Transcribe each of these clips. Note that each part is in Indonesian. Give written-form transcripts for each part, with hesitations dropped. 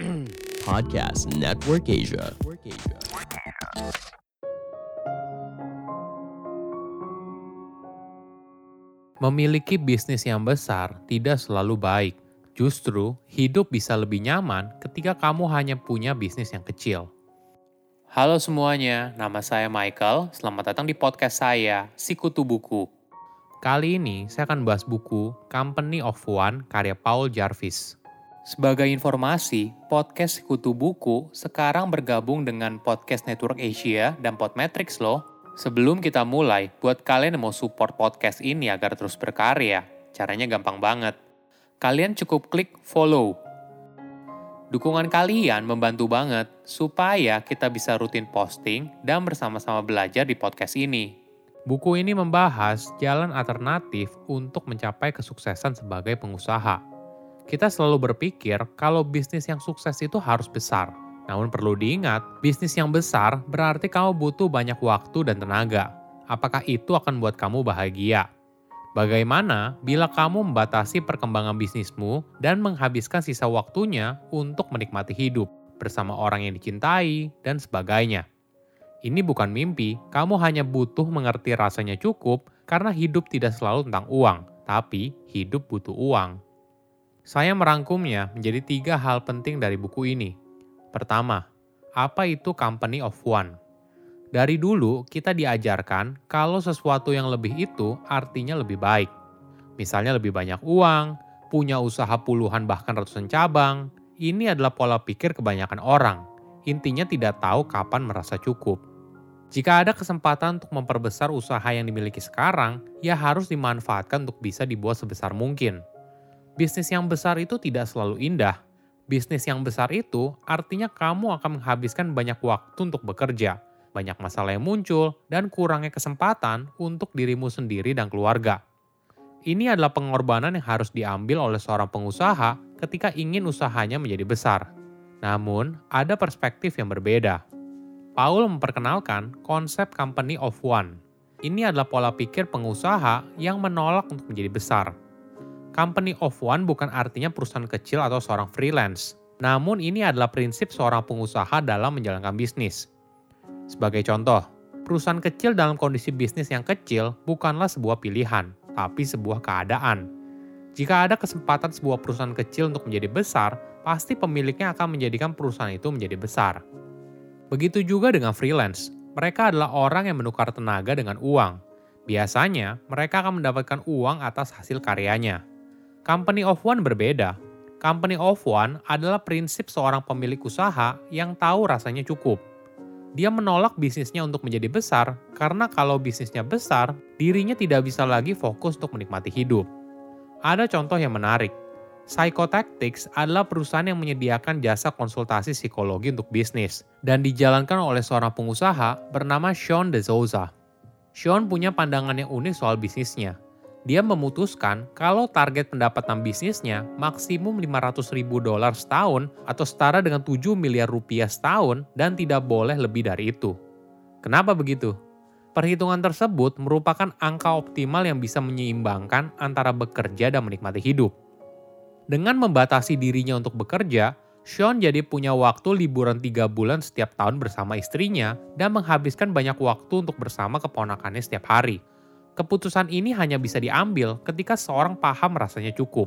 Podcast Network Asia. Memiliki bisnis yang besar tidak selalu baik. Justru, hidup bisa lebih nyaman ketika kamu hanya punya bisnis yang kecil. Halo semuanya, nama saya Michael. Selamat datang di podcast saya, Sikutu Buku. Kali ini saya akan bahas buku Company of One karya Paul Jarvis. Sebagai informasi, podcast Sikutu Buku sekarang bergabung dengan Podcast Network Asia dan Podmetrics loh. Sebelum kita mulai, buat kalian yang mau support podcast ini agar terus berkarya, caranya gampang banget. Kalian cukup klik follow. Dukungan kalian membantu banget supaya kita bisa rutin posting dan bersama-sama belajar di podcast ini. Buku ini membahas jalan alternatif untuk mencapai kesuksesan sebagai pengusaha. Kita selalu berpikir kalau bisnis yang sukses itu harus besar. Namun perlu diingat, bisnis yang besar berarti kamu butuh banyak waktu dan tenaga. Apakah itu akan buat kamu bahagia? Bagaimana bila kamu membatasi perkembangan bisnismu dan menghabiskan sisa waktunya untuk menikmati hidup bersama orang yang dicintai dan sebagainya? Ini bukan mimpi, kamu hanya butuh mengerti rasanya cukup karena hidup tidak selalu tentang uang, tapi hidup butuh uang. Saya merangkumnya menjadi 3 hal penting dari buku ini. Pertama, apa itu Company of One? Dari dulu kita diajarkan kalau sesuatu yang lebih itu artinya lebih baik. Misalnya lebih banyak uang, punya usaha puluhan bahkan ratusan cabang. Ini adalah pola pikir kebanyakan orang. Intinya tidak tahu kapan merasa cukup. Jika ada kesempatan untuk memperbesar usaha yang dimiliki sekarang, ya harus dimanfaatkan untuk bisa dibuat sebesar mungkin. Bisnis yang besar itu tidak selalu indah. Bisnis yang besar itu artinya kamu akan menghabiskan banyak waktu untuk bekerja, banyak masalah yang muncul, dan kurangnya kesempatan untuk dirimu sendiri dan keluarga. Ini adalah pengorbanan yang harus diambil oleh seorang pengusaha ketika ingin usahanya menjadi besar. Namun, ada perspektif yang berbeda. Paul memperkenalkan konsep Company of One. Ini adalah pola pikir pengusaha yang menolak untuk menjadi besar. Company of One bukan artinya perusahaan kecil atau seorang freelance. Namun ini adalah prinsip seorang pengusaha dalam menjalankan bisnis. Sebagai contoh, perusahaan kecil dalam kondisi bisnis yang kecil bukanlah sebuah pilihan, tapi sebuah keadaan. Jika ada kesempatan sebuah perusahaan kecil untuk menjadi besar, pasti pemiliknya akan menjadikan perusahaan itu menjadi besar. Begitu juga dengan freelance. Mereka adalah orang yang menukar tenaga dengan uang. Biasanya, mereka akan mendapatkan uang atas hasil karyanya. Company of One berbeda. Company of One adalah prinsip seorang pemilik usaha yang tahu rasanya cukup. Dia menolak bisnisnya untuk menjadi besar karena kalau bisnisnya besar, dirinya tidak bisa lagi fokus untuk menikmati hidup. Ada contoh yang menarik. Psychotactics adalah perusahaan yang menyediakan jasa konsultasi psikologi untuk bisnis dan dijalankan oleh seorang pengusaha bernama Sean DeSouza. Sean punya pandangan yang unik soal bisnisnya. Dia memutuskan kalau target pendapatan bisnisnya maksimum $500.000 setahun atau setara dengan 7 miliar rupiah setahun dan tidak boleh lebih dari itu. Kenapa begitu? Perhitungan tersebut merupakan angka optimal yang bisa menyeimbangkan antara bekerja dan menikmati hidup. Dengan membatasi dirinya untuk bekerja, Sean jadi punya waktu liburan 3 bulan setiap tahun bersama istrinya dan menghabiskan banyak waktu untuk bersama keponakannya setiap hari. Keputusan ini hanya bisa diambil ketika seorang paham rasanya cukup.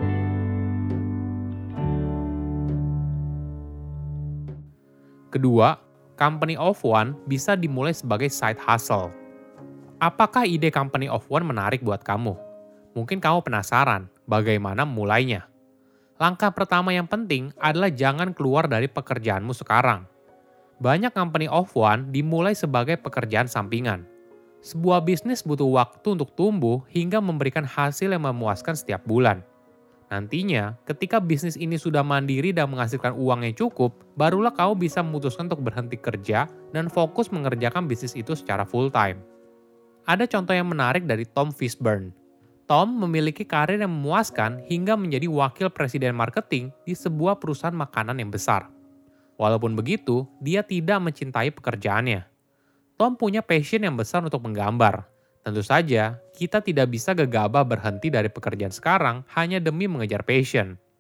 Kedua, Company of One bisa dimulai sebagai side hustle. Apakah ide Company of One menarik buat kamu? Mungkin kamu penasaran bagaimana memulainya. Langkah pertama yang penting adalah jangan keluar dari pekerjaanmu sekarang. Banyak Company of One dimulai sebagai pekerjaan sampingan. Sebuah bisnis butuh waktu untuk tumbuh hingga memberikan hasil yang memuaskan setiap bulan. Nantinya, ketika bisnis ini sudah mandiri dan menghasilkan uang yang cukup, barulah kamu bisa memutuskan untuk berhenti kerja dan fokus mengerjakan bisnis itu secara full-time. Ada contoh yang menarik dari Tom Fishburne. Tom memiliki karir yang memuaskan hingga menjadi wakil presiden marketing di sebuah perusahaan makanan yang besar. Walaupun begitu, dia tidak mencintai pekerjaannya. Tom punya passion yang besar untuk menggambar. Tentu saja, kita tidak bisa gegabah berhenti dari pekerjaan sekarang hanya demi mengejar passion.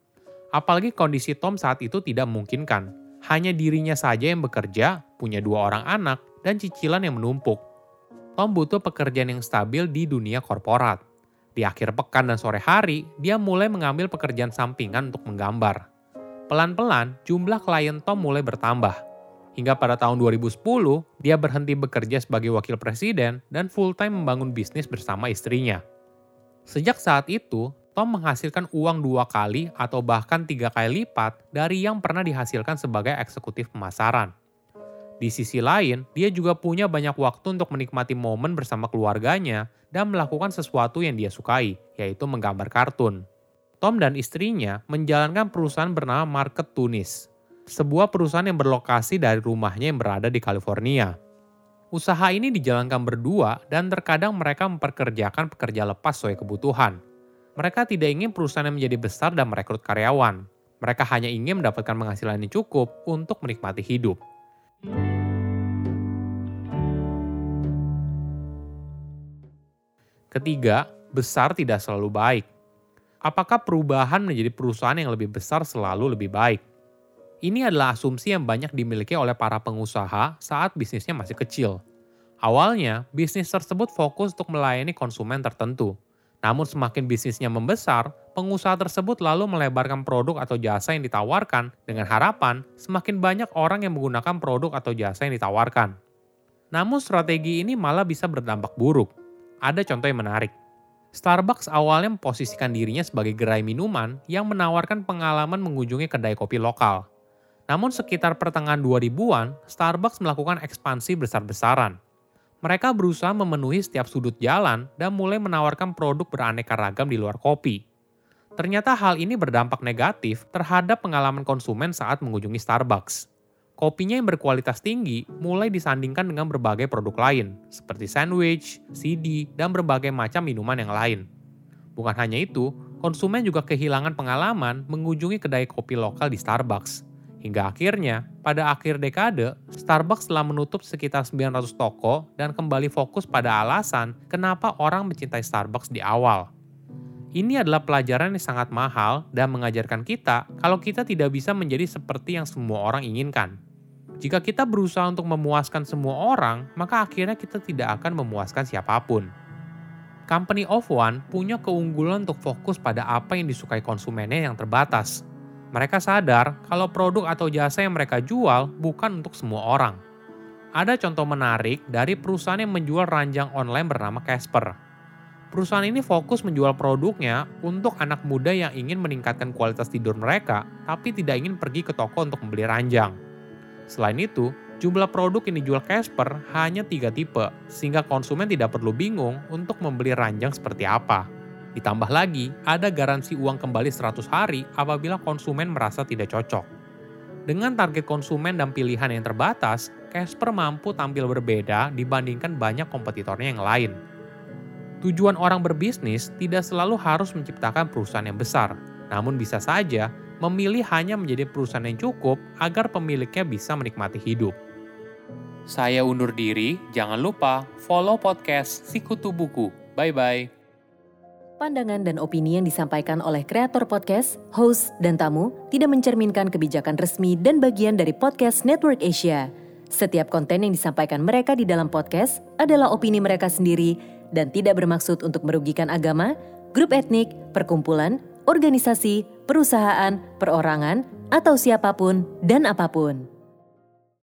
Apalagi kondisi Tom saat itu tidak memungkinkan. Hanya dirinya saja yang bekerja, punya 2 orang anak, dan cicilan yang menumpuk. Tom butuh pekerjaan yang stabil di dunia korporat. Di akhir pekan dan sore hari, dia mulai mengambil pekerjaan sampingan untuk menggambar. Pelan-pelan, jumlah klien Tom mulai bertambah. Hingga pada tahun 2010, dia berhenti bekerja sebagai wakil presiden dan full-time membangun bisnis bersama istrinya. Sejak saat itu, Tom menghasilkan uang 2 kali atau bahkan 3 kali lipat dari yang pernah dihasilkan sebagai eksekutif pemasaran. Di sisi lain, dia juga punya banyak waktu untuk menikmati momen bersama keluarganya dan melakukan sesuatu yang dia sukai, yaitu menggambar kartun. Tom dan istrinya menjalankan perusahaan bernama Market Tunis, sebuah perusahaan yang berlokasi dari rumahnya yang berada di California. Usaha ini dijalankan berdua dan terkadang mereka memperkerjakan pekerja lepas sesuai kebutuhan. Mereka tidak ingin perusahaan yang menjadi besar dan merekrut karyawan. Mereka hanya ingin mendapatkan penghasilan yang cukup untuk menikmati hidup. Ketiga, besar tidak selalu baik. Apakah perubahan menjadi perusahaan yang lebih besar selalu lebih baik? Ini adalah asumsi yang banyak dimiliki oleh para pengusaha saat bisnisnya masih kecil. Awalnya, bisnis tersebut fokus untuk melayani konsumen tertentu. Namun semakin bisnisnya membesar, pengusaha tersebut lalu melebarkan produk atau jasa yang ditawarkan dengan harapan semakin banyak orang yang menggunakan produk atau jasa yang ditawarkan. Namun strategi ini malah bisa berdampak buruk. Ada contoh yang menarik. Starbucks awalnya memposisikan dirinya sebagai gerai minuman yang menawarkan pengalaman mengunjungi kedai kopi lokal. Namun sekitar pertengahan 2000-an, Starbucks melakukan ekspansi besar-besaran. Mereka berusaha memenuhi setiap sudut jalan dan mulai menawarkan produk beraneka ragam di luar kopi. Ternyata hal ini berdampak negatif terhadap pengalaman konsumen saat mengunjungi Starbucks. Kopinya yang berkualitas tinggi mulai disandingkan dengan berbagai produk lain, seperti sandwich, CD, dan berbagai macam minuman yang lain. Bukan hanya itu, konsumen juga kehilangan pengalaman mengunjungi kedai kopi lokal di Starbucks. Hingga akhirnya, pada akhir dekade, Starbucks telah menutup sekitar 900 toko dan kembali fokus pada alasan kenapa orang mencintai Starbucks di awal. Ini adalah pelajaran yang sangat mahal dan mengajarkan kita kalau kita tidak bisa menjadi seperti yang semua orang inginkan. Jika kita berusaha untuk memuaskan semua orang, maka akhirnya kita tidak akan memuaskan siapapun. Company of One punya keunggulan untuk fokus pada apa yang disukai konsumennya yang terbatas. Mereka sadar kalau produk atau jasa yang mereka jual bukan untuk semua orang. Ada contoh menarik dari perusahaan yang menjual ranjang online bernama Casper. Perusahaan ini fokus menjual produknya untuk anak muda yang ingin meningkatkan kualitas tidur mereka, tapi tidak ingin pergi ke toko untuk membeli ranjang. Selain itu, jumlah produk yang dijual Casper hanya 3 tipe, sehingga konsumen tidak perlu bingung untuk membeli ranjang seperti apa. Ditambah lagi, ada garansi uang kembali 100 hari apabila konsumen merasa tidak cocok. Dengan target konsumen dan pilihan yang terbatas, Casper mampu tampil berbeda dibandingkan banyak kompetitornya yang lain. Tujuan orang berbisnis tidak selalu harus menciptakan perusahaan yang besar, namun bisa saja memilih hanya menjadi perusahaan yang cukup agar pemiliknya bisa menikmati hidup. Saya undur diri, jangan lupa follow podcast Sikutu Buku. Bye-bye. Pandangan dan opini yang disampaikan oleh kreator podcast, host, dan tamu tidak mencerminkan kebijakan resmi dan bagian dari Podcast Network Asia. Setiap konten yang disampaikan mereka di dalam podcast adalah opini mereka sendiri dan tidak bermaksud untuk merugikan agama, grup etnik, perkumpulan, organisasi, perusahaan, perorangan, atau siapapun dan apapun.